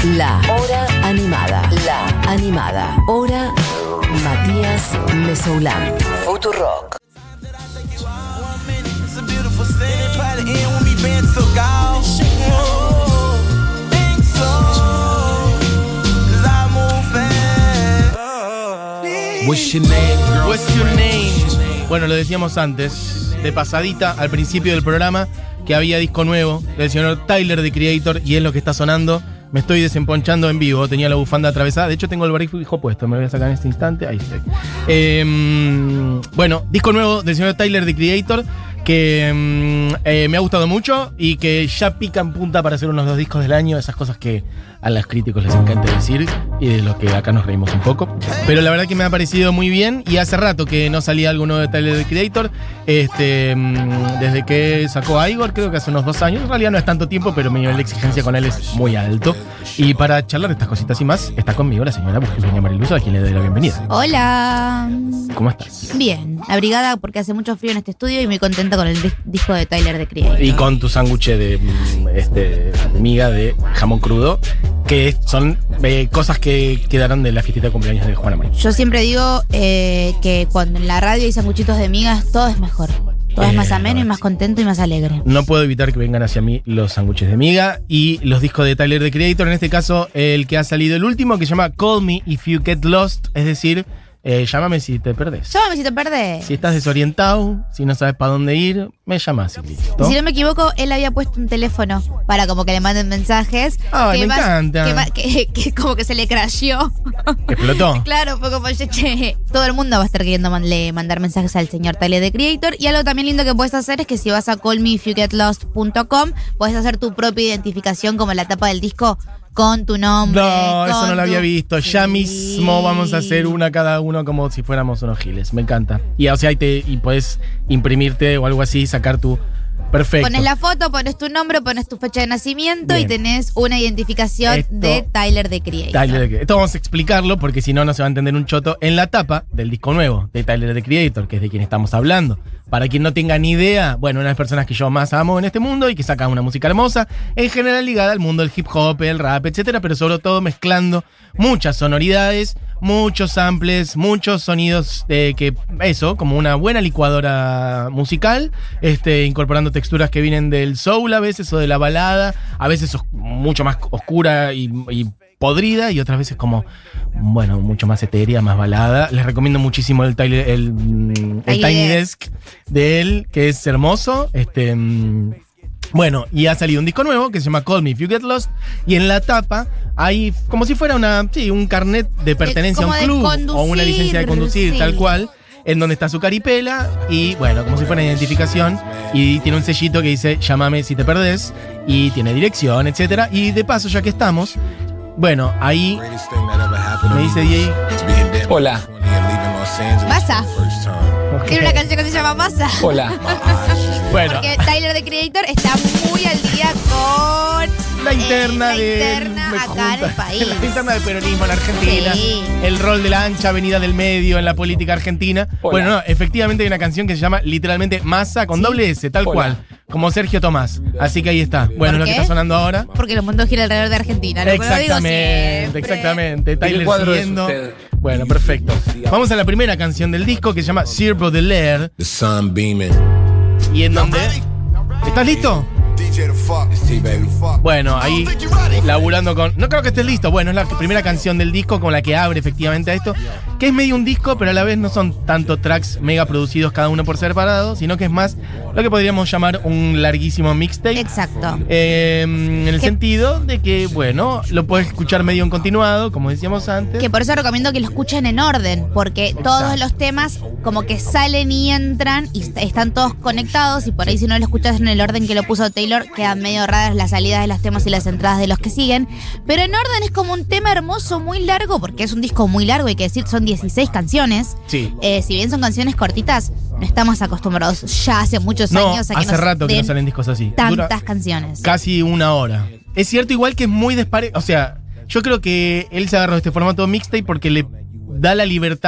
La Hora Animada. La Animada. Hora Matías Mesoulán. Futurock. What's your name? What's your name? Bueno, lo decíamos antes, de pasadita al principio del programa, que había disco nuevo del señor Tyler, The Creator, y es lo que está sonando. Me estoy desemponchando en vivo, tenía la bufanda atravesada. De hecho, tengo el barbijo puesto, me lo voy a sacar en este instante. Ahí estoy. Bueno, disco nuevo del señor Tyler, The Creator, que me ha gustado mucho y que ya pica en punta para hacer unos 2 discos del año. Esas cosas que a los críticos les encanta decir y de los que acá nos reímos un poco. Pero la verdad que me ha parecido muy bien y hace rato que no salía algo nuevo de Tyler, The Creator. Desde que sacó Igor, creo que hace unos 2 años. En realidad no es tanto tiempo, pero mi nivel de exigencia con él es muy alto. Y para charlar de estas cositas y más, está conmigo la señora Eugenia Mariluso, a quien le doy la bienvenida. Hola. ¿Cómo estás? Bien, abrigada porque hace mucho frío en este estudio y muy contenta con el disco de Tyler, The Creator. Y con tu sándwich de miga de jamón crudo, que son cosas que quedaron de la fiestita de cumpleaños de Juana María. Yo siempre digo que cuando en la radio hay sanguchitos de migas, todo es mejor. Todo es más ameno y más contento y más alegre. No puedo evitar que vengan hacia mí los sándwiches de miga y los discos de Tyler, The Creator. En este caso, el que ha salido el último, que se llama Call Me If You Get Lost. Es decir, llámame si te perdés. Llámame si te perdés. Si estás desorientado, si no sabes para dónde ir, me llamas y listo. Si no me equivoco, él había puesto un teléfono para como que le manden mensajes. Ay, me encanta. Que como que se le crasheó. ¿Explotó? Claro, fue como, che, todo el mundo va a estar queriendo mandar mensajes al señor Tyler, The Creator. Y algo también lindo que puedes hacer es que si vas a callmeifyougetlost.com, puedes hacer tu propia identificación como en la tapa del disco con tu nombre. No, eso no lo había visto. Ya mismo vamos a hacer una cada uno como si fuéramos unos giles. Me encanta. Y o sea, y puedes imprimirte o algo así, sacar tu... Perfecto. Pones la foto, pones tu nombre, pones tu fecha de nacimiento. Bien. Y tenés una identificación Esto, de Tyler, The Creator. Esto vamos a explicarlo porque si no, no se va a entender un choto. En la tapa del disco nuevo de Tyler, The Creator, que es de quien estamos hablando. Para quien no tenga ni idea, bueno, una de las personas que yo más amo en este mundo y que saca una música hermosa, en general ligada al mundo del hip hop, el rap, etcétera, pero sobre todo mezclando muchas sonoridades, muchos samples, muchos sonidos como una buena licuadora musical, incorporando texturas que vienen del soul a veces o de la balada, a veces mucho más oscura y podrida y otras veces como, bueno, mucho más etérea, más balada. Les recomiendo muchísimo el Tiny Desk de él, que es hermoso. Bueno, y ha salido un disco nuevo que se llama Call Me If You Get Lost. Y en la tapa hay como si fuera un carnet de pertenencia a un club o una licencia de conducir, sí. Tal cual, en donde está su caripela y, bueno, como si fuera una identificación. Y tiene un sellito que dice, llámame si te perdés. Y tiene dirección, etcétera. Y de paso, ya que estamos, bueno, ahí me dice DJ. Hola. Massa. Tiene una canción que se llama Massa. Hola. Bueno. Porque Tyler, The Creator, está muy al día con la interna acá en el país. La interna del peronismo en Argentina. Sí. El rol de la ancha avenida del medio en la política argentina. Hola. Bueno, no, efectivamente hay una canción que se llama literalmente Massa con doble S, tal cual. Como Sergio Tomás. Así que ahí está. Bueno, lo que está sonando ahora. Porque el mundo gira alrededor de Argentina. Exactamente. Tyler siguiendo. Bueno, perfecto. Vamos a la primera canción del disco que se llama Sir Baudelaire. The sun beaming. Y en donde... ¿Estás listo? Bueno, ahí laburando con... No creo que estés listo. Bueno, es la primera canción del disco con la que abre efectivamente a esto, que es medio un disco, pero a la vez no son tanto tracks mega producidos cada uno por separado, sino que es más lo que podríamos llamar un larguísimo mixtape. Exacto. En el sentido de que, bueno, lo puedes escuchar medio en continuado, como decíamos antes. Que por eso recomiendo que lo escuchen en orden, porque todos los temas como que salen y entran y están todos conectados, y por ahí si no lo escuchas en el orden que lo puso Taylor, quedan medio raras las salidas de los temas y las entradas de los que siguen. Pero en orden es como un tema hermoso, muy largo, porque es un disco muy largo, hay que decir, son 16 canciones. Sí. Si bien son canciones cortitas, no estamos acostumbrados ya hace muchos años a que hace rato que no salen discos así. Tantas canciones. Casi una hora. Es cierto igual que es muy desparejo. O sea, yo creo que él se agarró de este formato mixtape porque le da la libertad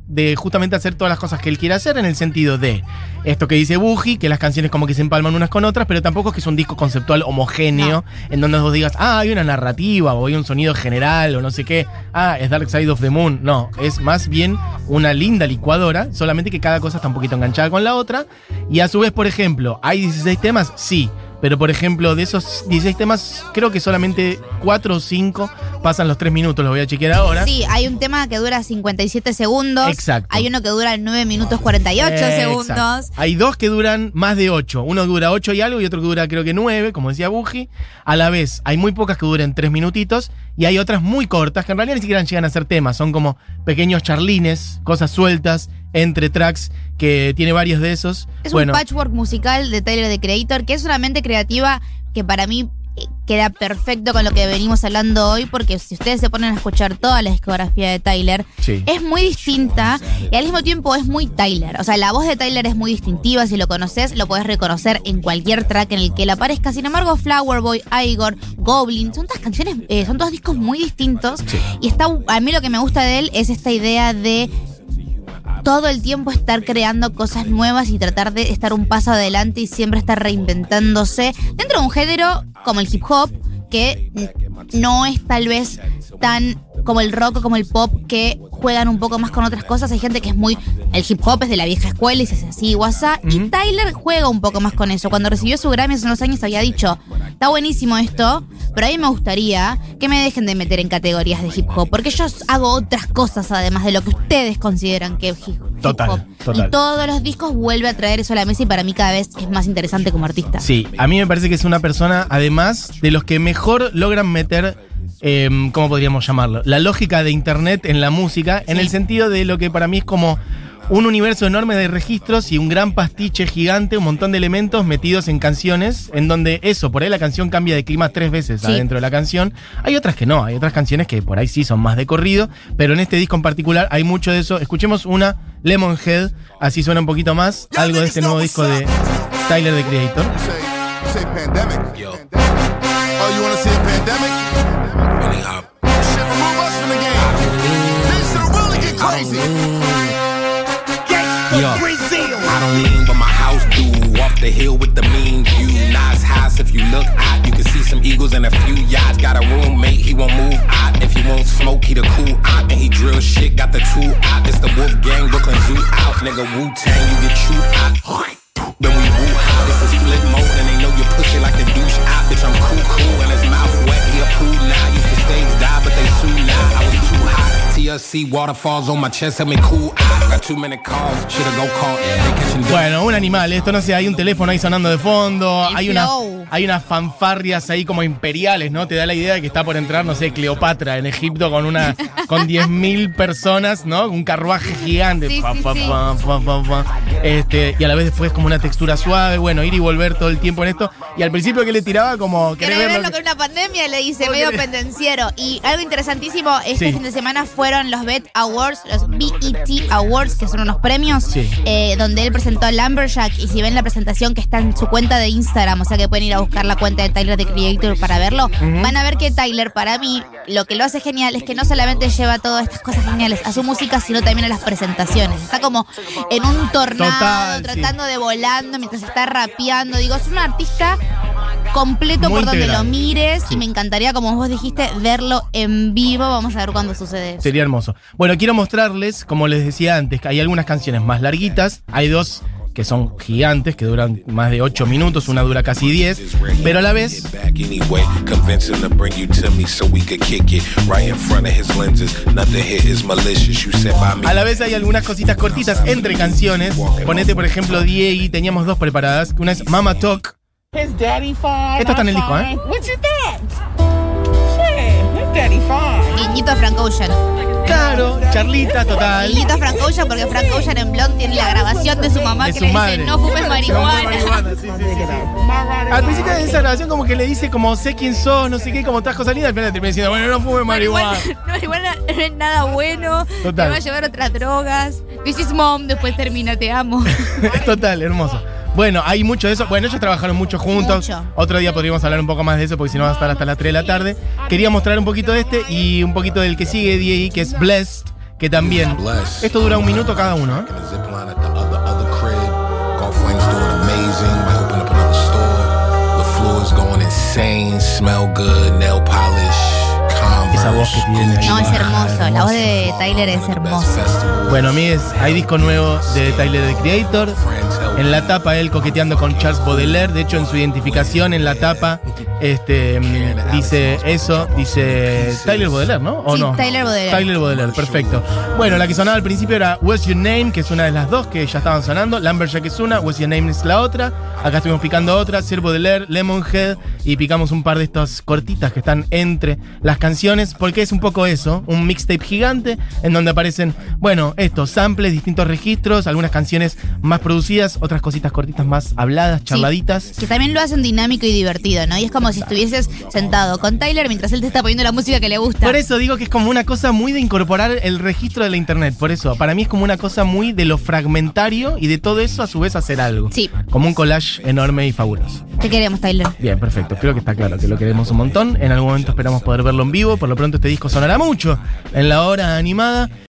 de justamente hacer todas las cosas que él quiere hacer, en el sentido de esto que dice Buji, que las canciones como que se empalman unas con otras, pero tampoco es que es un disco conceptual homogéneo, en donde vos digas, hay una narrativa, o hay un sonido general, o no sé qué, es Dark Side of the Moon. No, es más bien una linda licuadora, solamente que cada cosa está un poquito enganchada con la otra, y a su vez, por ejemplo, ¿hay 16 temas? Sí. Pero, por ejemplo, de esos 16 temas, creo que solamente 4 o 5 pasan los 3 minutos, los voy a chequear ahora. Sí, hay un tema que dura 57 segundos. Exacto. Hay uno que dura 9 minutos 48 segundos. Hay 2 que duran más de 8. Uno dura 8 y algo y otro que dura creo que 9, como decía Buji. A la vez, hay muy pocas que duren 3 minutitos y hay otras muy cortas que en realidad ni siquiera llegan a ser temas. Son como pequeños charlines, cosas sueltas entre tracks, que tiene varios de esos. Es un patchwork musical de Tyler, the Creator, que es una mente creativa que para mí queda perfecto con lo que venimos hablando hoy, porque si ustedes se ponen a escuchar toda la discografía de Tyler, es muy distinta y al mismo tiempo es muy Tyler. O sea, la voz de Tyler es muy distintiva. Si lo conoces, lo podés reconocer en cualquier track en el que él aparezca. Sin embargo, Flower Boy, Igor, Goblin, son todas canciones, son todos discos muy distintos. Y a mí lo que me gusta de él es esta idea de todo el tiempo estar creando cosas nuevas y tratar de estar un paso adelante y siempre estar reinventándose dentro de un género como el hip hop, que no es tal vez tan como el rock o como el pop, que juegan un poco más con otras cosas. Hay gente que es muy... El hip hop es de la vieja escuela y se hace así, WhatsApp. Y Tyler juega un poco más con eso. Cuando recibió su Grammy hace unos años había dicho, está buenísimo esto, pero a mí me gustaría que me dejen de meter en categorías de hip hop, porque yo hago otras cosas además de lo que ustedes consideran que es hip hop. Total. Y todos los discos vuelve a traer eso a la mesa y para mí cada vez es más interesante como artista. Sí, a mí me parece que es una persona, además, de los que mejor logran meter... ¿cómo podríamos llamarlo? La lógica de internet en la música, en el sentido de lo que para mí es como un universo enorme de registros y un gran pastiche gigante, un montón de elementos metidos en canciones, en donde eso, por ahí la canción cambia de clima 3 veces adentro de la canción. Hay otras que no, hay otras canciones que por ahí sí son más de corrido, pero en este disco en particular hay mucho de eso. Escuchemos una, Lemonhead, así suena un poquito más, algo de este nuevo disco de Tyler, the Creator. I don't lean, but my house do. Off the hill with the mean view. Nice house, if you look out, you can see some eagles and a few yachts. Got a roommate, he won't move out. If he won't smoke, he the cool out. And he drill shit, got the tool out. It's the Wolf Gang, Brooklyn Zoo out. Nigga, Wu-Tang, you get chewed out. Then we woo out. This is flip mode, and they know you pussy like the douche out. Bitch, I'm cool, and his mouth wet, he a pool now. Used to stage die, but they sue now. I was too hot. TLC waterfalls on my chest, help me cool out. Got too many calls, shoulda go call. Bueno, un animal, esto no sé, hay un teléfono ahí sonando de fondo, hay unas fanfarrias ahí como imperiales, ¿no? Te da la idea de que está por entrar, no sé, Cleopatra en Egipto con 10.000 personas, ¿no? Un carruaje gigante. Y a la vez después como una textura suave, bueno, ir y volver todo el tiempo en esto. Y al principio que le tiraba como... ¿Querés verlo con una pandemia? Le dice, medio pendenciero. Y algo interesantísimo, este fin de semana fueron los BET Awards, los BET Awards, que son unos premios, donde él presentó a Lumberjack. Y si ven la presentación que está en su cuenta de Instagram, o sea que pueden ir a buscar la cuenta de Tyler, the Creator, para verlo, van a ver que Tyler, para mí, lo que lo hace genial es que no solamente lleva todas estas cosas geniales a su música, sino también a las presentaciones. Está como en un tornado, tratando de volando mientras está rapeando. Digo, es un artista completo muy por donde lo mires, y me encantaría, como vos dijiste, verlo en vivo. Vamos a ver cuándo sucede eso. Sería hermoso. Bueno, quiero mostrarles, como les decía antes, que hay algunas canciones más larguitas, hay dos que son gigantes, que duran más de 8 minutos, una dura casi 10, pero a la vez hay algunas cositas cortitas entre canciones. Ponete, por ejemplo, Diego, teníamos dos preparadas, una es Mama Talk. Esto está en el disco, ¿eh? Guiñito a Frank Ocean. Claro, charlita total. Guiñito a Frank Ocean, porque Frank Ocean en Blonde tiene la grabación de su mamá que le dice, no fumes marihuana. Sí. Al principio de esa grabación como que le dice como sé quién sos, no sé qué, como trajo salida, al final termina diciendo, bueno, no fumes marihuana. Marihuana no es nada bueno, total. Te va a llevar otras drogas. This is mom, después termina, te amo. Total, hermoso. Bueno, hay mucho de eso. Bueno, ellos trabajaron mucho juntos. Otro día podríamos hablar un poco más de eso, porque si no va a estar hasta las 3 de la tarde. Quería mostrar un poquito de este y un poquito del que sigue, D.A.E., que es Blessed, que también. Esto dura 1 minuto cada uno, ¿eh? Esa voz que tiene ahí. No, es hermoso. La voz de Tyler es hermosa. Bueno, a mí hay disco nuevo de Tyler, the Creator. En la tapa él coqueteando con Charles Baudelaire. De hecho, en su identificación en la tapa dice eso, dice Tyler Baudelaire, ¿no? ¿O Sí, no? Tyler Baudelaire. Tyler Baudelaire, perfecto. Bueno, la que sonaba al principio era What's Your Name, que es una de las dos que ya estaban sonando. Lumberjack es una, What's Your Name es la otra. Acá estuvimos picando otra, Sir Baudelaire, Lemonhead, y picamos un par de estas cortitas que están entre las canciones, porque es un poco eso, un mixtape gigante en donde aparecen, bueno, estos samples, distintos registros, algunas canciones más producidas, otras cositas cortitas más habladas, charladitas. Sí, que también lo hacen dinámico y divertido, ¿no? Y es como si estuvieses sentado con Tyler mientras él te está poniendo la música que le gusta. Por eso digo que es como una cosa muy de incorporar el registro de la internet. Por eso, para mí es como una cosa muy de lo fragmentario y de todo eso a su vez hacer algo. Sí. Como un collage enorme y fabuloso. Te queremos, Tyler. Bien, perfecto. Creo que está claro que lo queremos un montón. En algún momento esperamos poder verlo en vivo. Por lo pronto este disco sonará mucho en la hora animada.